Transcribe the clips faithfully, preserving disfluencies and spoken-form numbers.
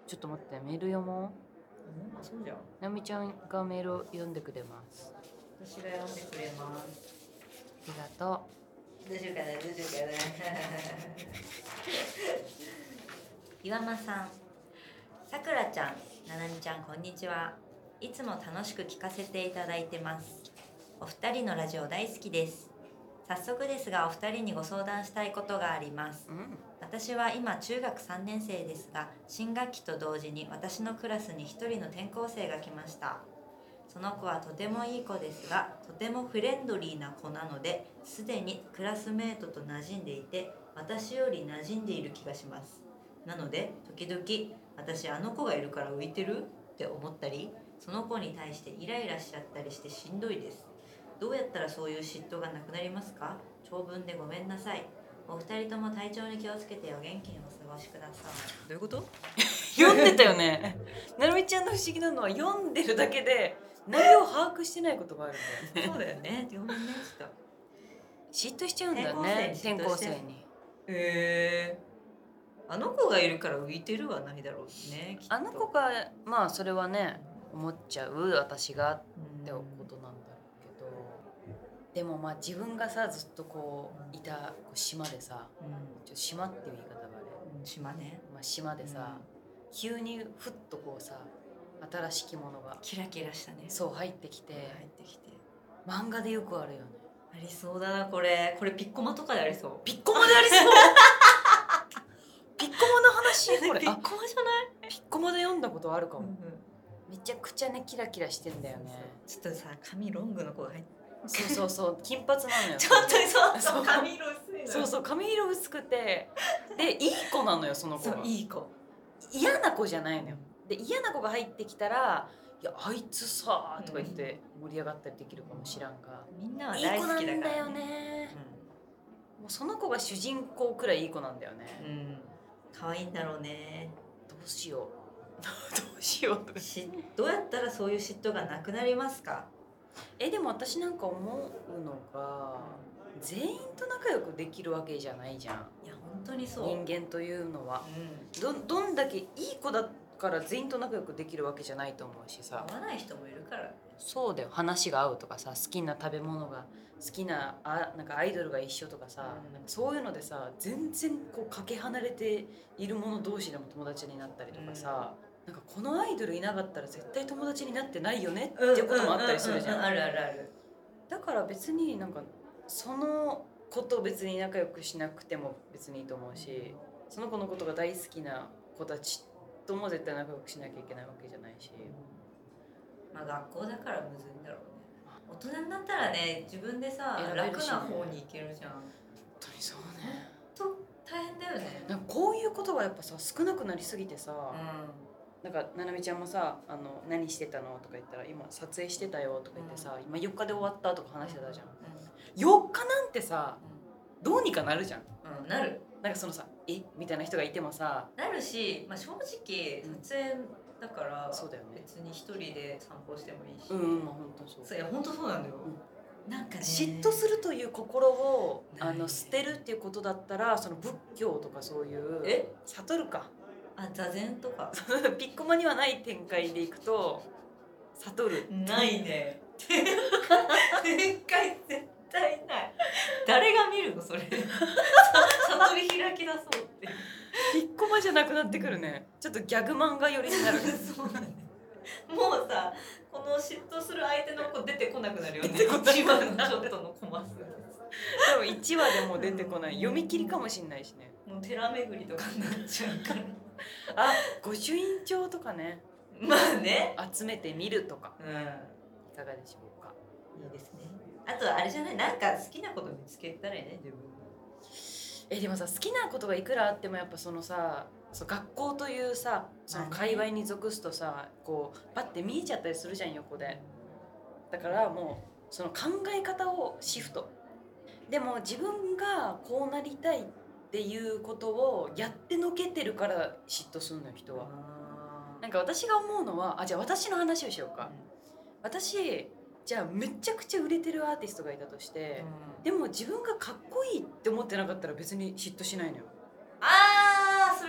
ちょっと待って、メール読もうん、そうじゃん。 なみちゃんがメールを読んでくれます。 私が読んでくれます。 ありがとう。どうしようかな、どうしようかな。岩間さん、さくらちゃん、ななみちゃん、こんにちは。いつも楽しく聞かせていただいてます。お二人のラジオ大好きです。早速ですが、お二人にご相談したいことがあります。 う。うん。 私は今中学さんねん生ですが、新学期と同時に私のクラスに一人の転校生が来ました。その子はとてもいい子ですが、とてもフレンドリーな子なので、すでにクラスメートと馴染んでいて、私より馴染んでいる気がします。なので時々、私あの子がいるから浮いてるって思ったり、その子に対してイライラしちゃったりしてしんどいです。どうやったらそういう嫉妬がなくなりますか？長文でごめんなさい。お二人とも体調に気をつけてお元気にお過ごしください。どういうこと？ 読んでたよね。なるみちゃんの不思議なのは読んでるだけで内容を把握してないことがあるんだよね。 そうだよね。ごめんね、ちょっと。 嫉妬しちゃうんだよね、転校生に。 へえー、あの子がいるから浮いてるはないだろうね。 あの子がまあそれはね思っちゃう私がってことなんだろうけど、でもまあ自分がさずっとこういたこう島でさ、 うん、 ちょっと島っていう言い方があれ、 うん、島ね、 まあ、島でさ、うん、急にふっとこうさ新しきものがキラキラしたね、 そう入ってきて、 入ってきて漫画でよくあるよね。 ありそうだな、これこれピッコマとかでありそう。 ピッコマでありそうピッコマの話これピッコマじゃない？ ピッコマで読んだことあるかも、うんうん、めちゃくちゃねキラキラしてんだよね。 そうそう、ちょっとさ髪ロングの子が入ってそうそうそう金髪なのよ。 ちょっとそうそう髪色薄いのよ。 そうそう髪色薄くてでいい子なのよその子が。 そういい子、 嫌な子じゃないのよ。で嫌な子が入ってきたらいやあいつさとか言って盛り上がったりできるかもしらんが、 みんなは大好きだから、ね、 いい子なんだよね、うん、もうその子が主人公くらいいい子なんだよね。うん、 可愛いんだろうね。 どうしようどうしようとかしどうやったらそういう嫉妬がなくなりますか？ えでも私なんか思うのが全員と仲良くできるわけじゃないじゃん。 いや本当にそう。 人間というのは、 うん、 ど, どんだけいい子だから全員と仲良くできるわけじゃないと思うしさ。 合わない人もいるからね。 そうだよ、話が合うとかさ、好きな食べ物が好きなあなんかアイドルが一緒とかさ、うん、なんかそういうのでさ全然こうかけ離れている者同士でも友達になったりとかさ、うん、なんかこのアイドルいなかったら絶対友達になってないよねっていうこともあったりするじゃん。 あるあるある。 だから別になんかその子と別に仲良くしなくても別にいいと思うし、その子のことが大好きな子たちとも絶対仲良くしなきゃいけないわけじゃないし、 まあ学校だからむずいんだろうね。大人になったらね自分でさ、ね、楽な方に行けるじゃん。本当にそうね。 本当大変だよね。 なんかこういうことがやっぱさ少なくなりすぎてさ、うん、なんかななみちゃんもさあの何してたのとか言ったら今撮影してたよとか言ってさ、うん、今よっかで終わったとか話してたじゃん、うん、よっかなんてさ、うん、どうにかなるじゃん、うん、なる。なんかそのさえみたいな人がいてもさなるし、まあ、正直撮影だから、うん、そうだよね、別に一人で散歩してもいいし、 うんうん、まあ本当そう。 そういや本当そうなんだよ、うん、なんかね嫉妬するという心をあの捨てるっていうことだったらその仏教とかそういうえ悟るかあ座禅とかピッコマにはない展開でいくと悟るないね展開絶対ない。誰が見るのそれ悟り開き出そうってピッコマじゃなくなってくるね、うん、ちょっとギャグ漫画寄りになるそうだね。もうさこの嫉妬する相手の子出てこなくなるよね。 いちわのちょっとのコマ数多分いちわでも出てこない、うん、読み切りかもしんないしね。 もう寺巡りとかになっちゃうからあ御朱印帳とかね、 まあね集めてみるとか、うん、いかがでしょうか。 いいですね。あとあれじゃないなんか好きなこと見つけたらね自分えでもさ好きなことがいくらあってもやっぱそのさそう学校というさその界隈に属すとさこうパッて見えちゃったりするじゃん横で。だからもうその考え方をシフト。でも自分がこうなりたいっていうことをやってのけてるから嫉妬するのよ人は。なんか私が思うのはあじゃあ私の話をしようか、うん、私じゃあめちゃくちゃ売れてるアーティストがいたとして、うん、でも自分がかっこいいって思ってなかったら別に嫉妬しないのよ。 あーそれ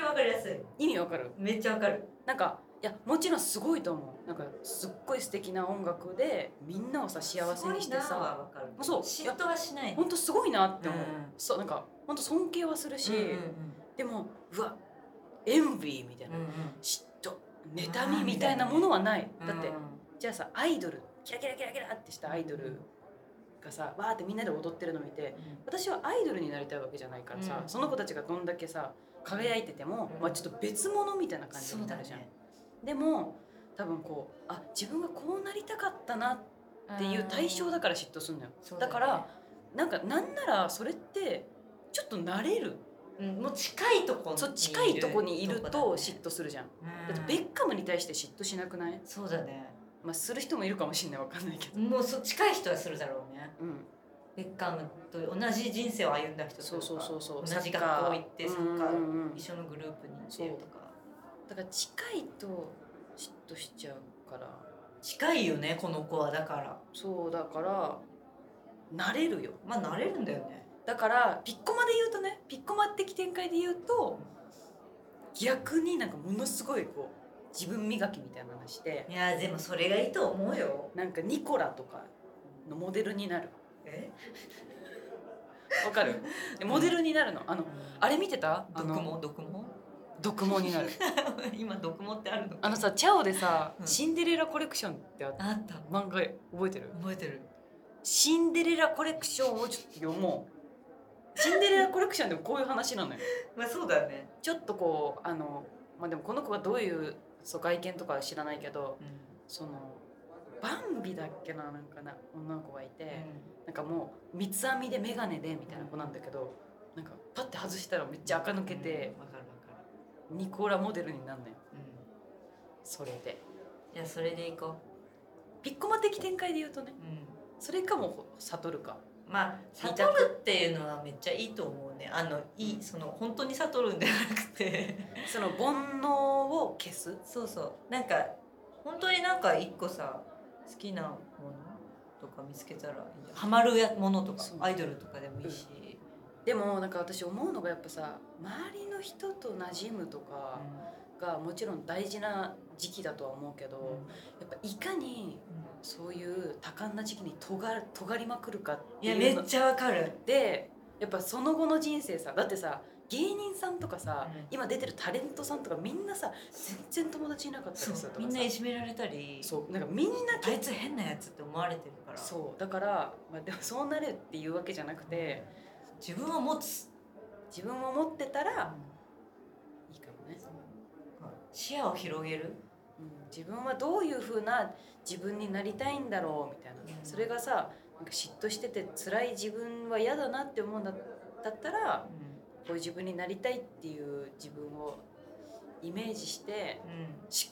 わかりやすい。 意味わかる？ めっちゃわかる。 なんかいやもちろんすごいと思う。なんかすっごい素敵な音楽でみんなをさ幸せにしてさ、 わかる。 そう嫉妬はしない。 本当すごいなって思う。 うん、 そうなんか本当尊敬はするし、 うんうんうん、 でもうわエンビーみたいな、 うんうん、 嫉妬妬みみたいなものはない。だって、 うん、 じゃあさアイドルキラキラキラキラってしたアイドルがさわーってみんなで踊ってるの見て、うん、私はアイドルになりたいわけじゃないからさ、うん、その子たちがどんだけさ輝いてても、うん、まあ、ちょっと別物みたいな感じになるじゃん、ね、でも多分こうあ自分がこうなりたかったなっていう対象だから嫉妬するのよ。だ, だからなんかなんならそれってちょっと慣れる、 うん、もう近いとこにいる、 そう近いとこにいると嫉妬するじゃん、うん、だってベッカムに対して嫉妬しなくない？ そうだね、 まあ、する人もいるかもしれない、わかんないけど、 もうそ近い人はするだろうね、うん、ベッカムと同じ人生を歩んだ人とか、 そうそうそうそう、 同じ学校行ってサッカー一緒のグループにいてとか、 だから近いと嫉妬しちゃうから。 近いよねこの子は。だからそうだから慣れるよ。 まあ慣れるんだよね。 だからピッコマで言うとね、ピッコマ的展開で言うと逆になんかものすごいこう自分磨きみたいなのして、 いやでもそれがいいと思うよ。 なんかニコラとかのモデルになる。 えわかる？モデルになるの。あの、うん、あれ見てた？ 毒も毒も毒もになる今毒もってあるの？ あのさ、チャオでさ、うん、シンデレラコレクションってあった。 あった。 漫画覚えてる？ 覚えてる。 シンデレラコレクションをちょっと読もう。シンデレラコレクションでもこういう話なのよ。 まあそうだね。 ちょっとこうあの、まあ、でもこの子がどういうそう外見とかは知らないけど、うん、そのバンビだっけな、なんかな女の子がいて、うん、なんかもう三つ編みで眼鏡でみたいな子なんだけど、うん、なんかパッて外したらめっちゃ垢抜けて、 うん、わかるわかる。 ニコラモデルになるのよ、うん、それで。 いやそれでいこう。ピッコマ的展開で言うとね、うん、それかも悟るか。 まあ悟るっていうのはめっちゃいいと思うね。あのいい、その本当に悟るんじゃなくてその煩悩を消す。 そうそう、なんか本当になんか一個さ好きなものとか見つけたらいいじゃん。ハマるものとかアイドルとかでもいいし、 うん、でもなんか私思うのがやっぱさ、周りの人と馴染むとかがもちろん大事な時期だとは思うけど、うん、やっぱいかにそういう多感な時期にとが尖りまくるかっていうの。 いやめっちゃわかる。 でやっぱその後の人生さ、だってさ芸人さんとかさ、うん、今出てるタレントさんとかみんなさ全然友達いなかったりするとかさ、 みんないじめられたり、 そうなんかみんなあいつ変なやつって思われてるから。 そうだから、まあ、でもそうなるっていうわけじゃなくて、 自分を持つ自分を持ってたら、うん、いいかもね。 視野を広げる、 うん、自分はどういう風な自分になりたいんだろうみたいな、うん、それがさなんか嫉妬してて辛い自分は嫌だなって思うんだったら、うんこういう自分になりたいっていう自分をイメージして、うん、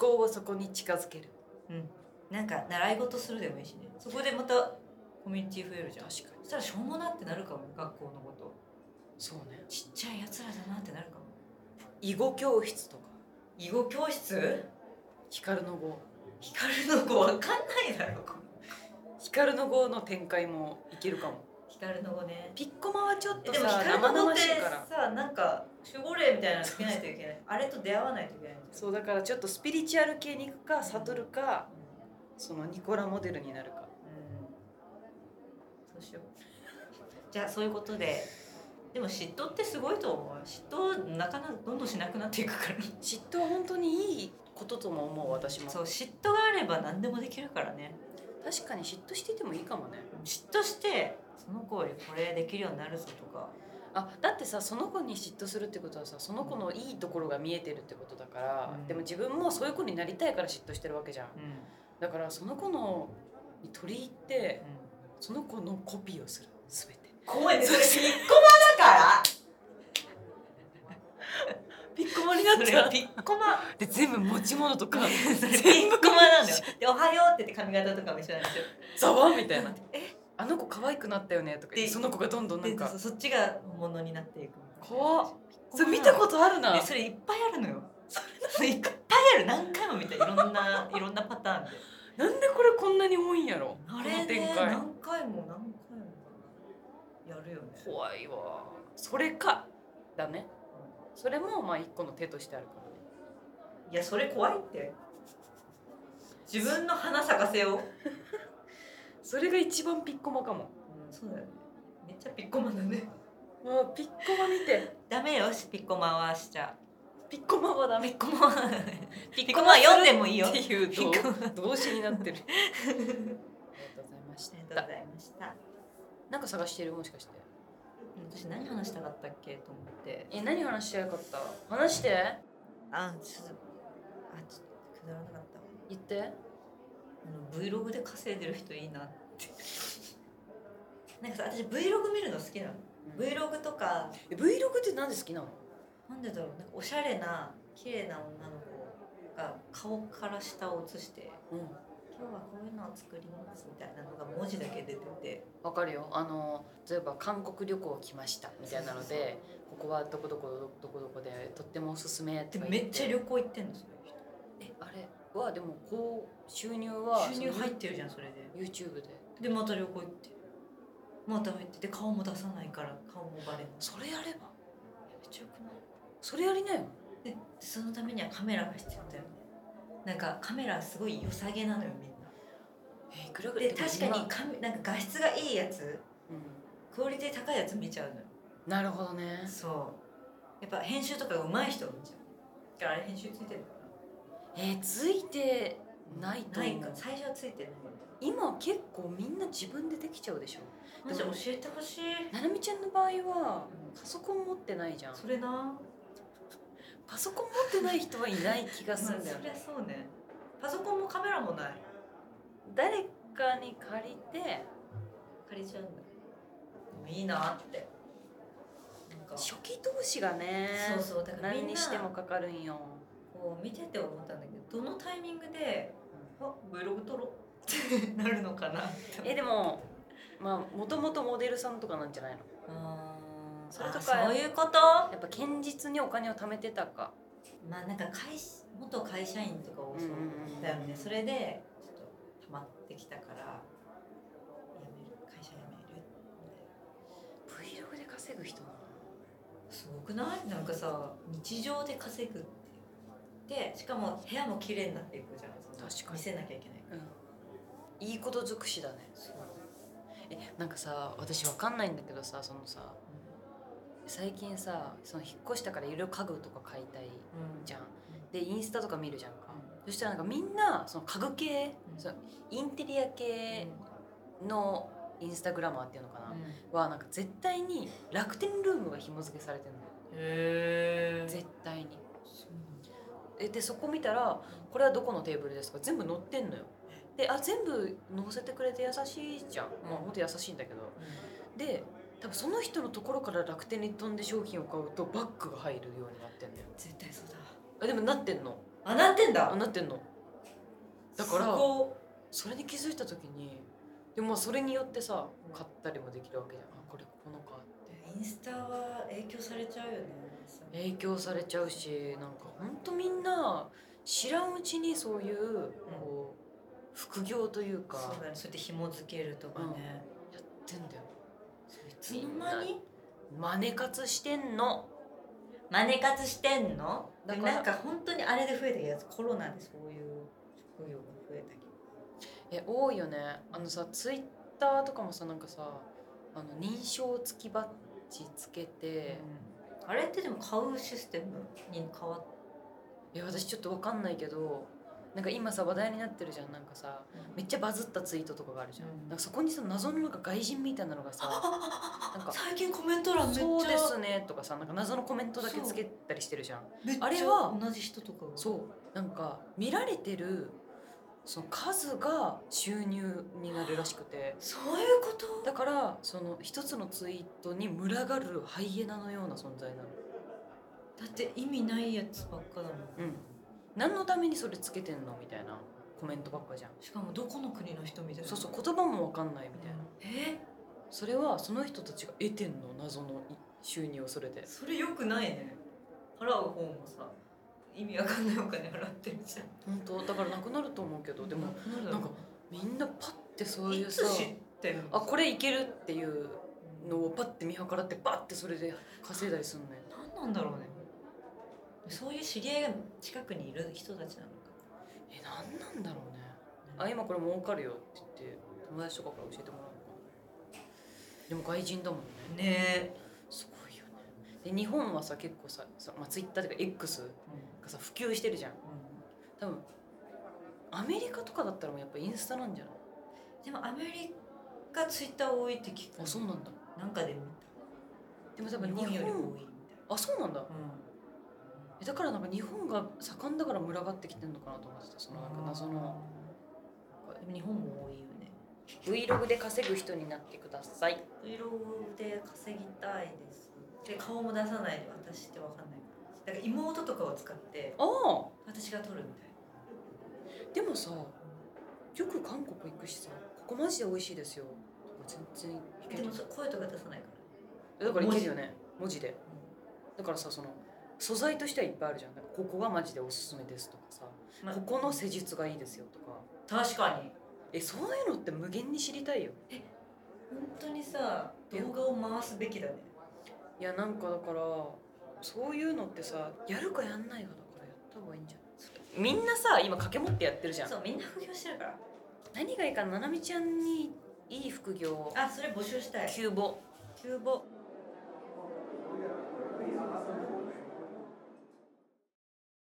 思考をそこに近づける、 うん、なんか習い事するでもいいしね。そこでまたコミュニティ増えるじゃん。確かに。そしたらしょうもなってなるかも。学校のこと。 そうね。 ちっちゃいやつらだなってなるかも。 囲碁教室とか。 囲碁教室？ 光の碁。 光の碁わかんないだろ。 光の碁の展開もいけるかも。 光の碁ね。 ピッコマはちょっとさ生々しいからさ、なんか守護霊みたいなのつけないといけないあれと出会わないといけないんそうだからちょっとスピリチュアル系に行くか悟るか、うん、そのニコラモデルになるか、 うん、そうしよう。じゃあそういうことで、でも嫉妬ってすごいと思う。嫉妬なかなかどんどんしなくなっていくから嫉妬は本当にいいこととも思う。私もそう嫉妬があれば何でもできるからね。 確かに嫉妬しててもいいかもね。 嫉妬してその子よりこれできるようになるぞとか。 あだってさその子に嫉妬するってことはさその子のいいところが見えてるってことだから、うん、でも自分もそういう子になりたいから嫉妬してるわけじゃん、うん、だからその子のに取り入って、うん、その子のコピーをする全て。 怖いねそれピッコマだからピッコマになっちゃう。 ピッコマで全部持ち物とかピッコマなんだよ。でおはようって言って髪型とかも一緒なんですよ。 ざわみたいなえあの子可愛くなったよねとかその子がどんどんなんかそっちが本物になっていく。 怖っ。それ見たことあるな。 それいっぱいあるのよ。それいっぱいある。何回も見た。いろんないろんなパターンで。 なんでこれこんなに多いんやろ。 あれね何回も何回もやるよね。 怖いわ。それかだね。 それもまあ一個の手としてあるからね。 いやそれ怖いって。自分の花咲かせよう。 それが一番ピッコマかも。 うん、そうだよね。めっちゃピッコマだね。 もうピッコマ見て。 ダメよピッコマはしちゃ。 ピッコマはダメ。 ピッコマピッコマは読んでもいいよっていう動動詞になってる。ありがとうございました。 ありがとうございました。 なんか探してるもしかして。 私何話したかったっけと思って。 え、何話してなかった？話して。 あ、ちょっとあちょっとくだらなかったわ。 言って。あの Vlog で稼いでる人いいなって。なんかさ、私 Vlog 見るの好きなの。うん、Vlog とか。 え、Vlog ってなんで好きなの？ なんでだろう。なんかおしゃれな綺麗な女の子が顔から下を映して、うん、今日はこういうのを作りますみたいなのが文字だけ出てて。 わかるよ。あの例えば韓国旅行来ましたみたいなので、ここはどこどこどこどこでとってもおすすめって言って。めっちゃ旅行行ってんのそれ。 え、あれはでもこう収入は収入入ってるじゃんそれで。 YouTube で。 でまた旅行行って。また入ってて顔も出さないから顔もバレない。 それやればめっちゃよくない？ それやりなよ。 でそのためにはカメラが必要だよね。なんかカメラすごい良さげなのよみんな。 えー、いくらぐらいで確かにカメなんか画質がいいやつ、うん、クオリティ高いやつ見ちゃうのよ。 なるほどね。 そうやっぱ編集とか上手い人を見ちゃう。だからあれ編集ついてるのかな。 えー、ついてないと思う。 ないか最初はついてない。 今結構みんな自分でできちゃうでしょ。 じゃあ教えてほしい。 ななみちゃんの場合はパソコン持ってないじゃん。 それな。 パソコン持ってない人はいない気がするんだよ。 そりゃそうね。パソコンもカメラもない。 誰かに借りて借りちゃうんだ。でもいいなって。 なんか初期投資がね。 そうそうだからみんな何にしてもかかるんよ。 こう見てて思ったんだけど、どのタイミングであ Vlog 撮ろうってなるのかな。 えでもまあもともとモデルさんとかなんじゃないの？あそれとかそういうこと。 やっぱ堅実にお金を貯めてたか。 まあなんか会元会社員とか多そうだよね。それでちょっと溜まってきたから辞める会社辞める。 Vlog で稼ぐ人なのすごくない？なんかさ日常で稼ぐってでしかも部屋も綺麗になっていくじゃん。確かに見せなきゃいけないから、 うん、いいこと尽くしだね。そうえなんかさ私わかんないんだけどさそのさ、うん、最近さその引っ越したからいろいろ家具とか買いたいじゃん、うん、でインスタとか見るじゃんか、うん、そしたらなんかみんなその家具系、うん、そのインテリア系のインスタグラマーっていうのかな、うん、はなんか絶対に楽天ルームが紐付けされてるの。へー絶対に。えでそこ見たらこれはどこのテーブルですか全部載ってんのよ。であ全部載せてくれて優しいじゃん。まあ本当優しいんだけど、うん、で多分その人のところから楽天に飛んで商品を買うとバッグが入るようになってんだよ。 絶対そうだ。 あでもなってんの。 あなってんだ。 あなってんの。だからそれに気づいた時にでもまあそれによってさ買ったりもできるわけじゃん。あこれここのかって。 インスタは影響されちゃうよね。 影響されちゃうしなんかほんとみんな知らんうちにそういうこう副業というか、 そうだね、そうやって紐付けるとかね、うん、やってんだよ。 いつの間にマネ活してんの。 マネ活してんの。だからなんか本当にあれで増えたけどコロナでそういう職業が増えたけどえ多いよね。あのさツイッターとかもさなんかさあの認証付きバッジつけて、 うん、あれってでも買うシステムに変わっいや私ちょっと分かんないけどなんか今さ話題になってるじゃん。なんかさ、うん、めっちゃバズったツイートとかがあるじゃん、うん、なんかそこにさ謎のなんか外人みたいなのがさなんか最近コメント欄めっちゃそうですねとかさなんか謎のコメントだけつけたりしてるじゃん。 あれは同じ人とかがそうなんか見られてるその数が収入になるらしくてそういうことだからその一つのツイートに群がるハイエナのような存在なの。 だって意味ないやつばっかだもん。 うん何のためにそれつけてんのみたいなコメントばっかじゃん。 しかもどこの国の人みたいな。 そうそう言葉も分かんないみたいな、 うん、えそれはその人たちが得てんの謎の収入をそれで。 それよくないね。払う方もさ意味わかんないお金払ってるじゃん。 本当だからなくなると思うけどでもなんかみんなパッてそういうさいつ知ってるあこれいけるっていうのをパッて見計らってバッてそれで稼いだりするのよ。 何なんだろうね。 そういう知り合いが近くにいる人たちなのか。 え、なんなんだろうね。あ、今これ儲かるよって言って友達とかから教えてもらうのかな。でも外人だもんね。 ねえ。 すごいよね。で日本はさ結構さ、まあ、ツイッターとか X がさ普及してるじゃん。多分アメリカとかだったらもうやっぱインスタなんじゃない？ でもアメリカツイッター多いって聞く。 あ、そうなんだ。 なんかで見でも多た。 分日本日本より多いみたいな。 あ、そうなんだ。 うんえだからなんか日本が盛んだから群がってきてんのかなと思ってた。そのなんか謎のでも日本も多いよね。 Vlog で稼ぐ人になってください。 Vlog で稼ぎたいです。で顔も出さないで私ってわかんないから。だから妹とかを使ってああ私が撮るみたいでもさ、よく韓国行くしさ、ここマジで美味しいですよとか全然いけな。でる。 もそ声とか出さないかだからいけるよね、文字で。だからさ、その素材としてはいっぱいあるじゃん。なんかここがマジでおすすめですとかさ、 ら、まあ、 ここの施術がいいですよとか。 確かにえ、そういうのって無限に知りたいよ。 本当にさ動画を回すべきだね。 いやなんかだからそういうのってさ、やるかやんないかだからやった方がいいんじゃない？みんなさ今掛け持ってやってるじゃん。 そうみんな副業してるから。 何がいいかな、ななみちゃんにいい副業。 あ、それ募集したい。 キューボキューボ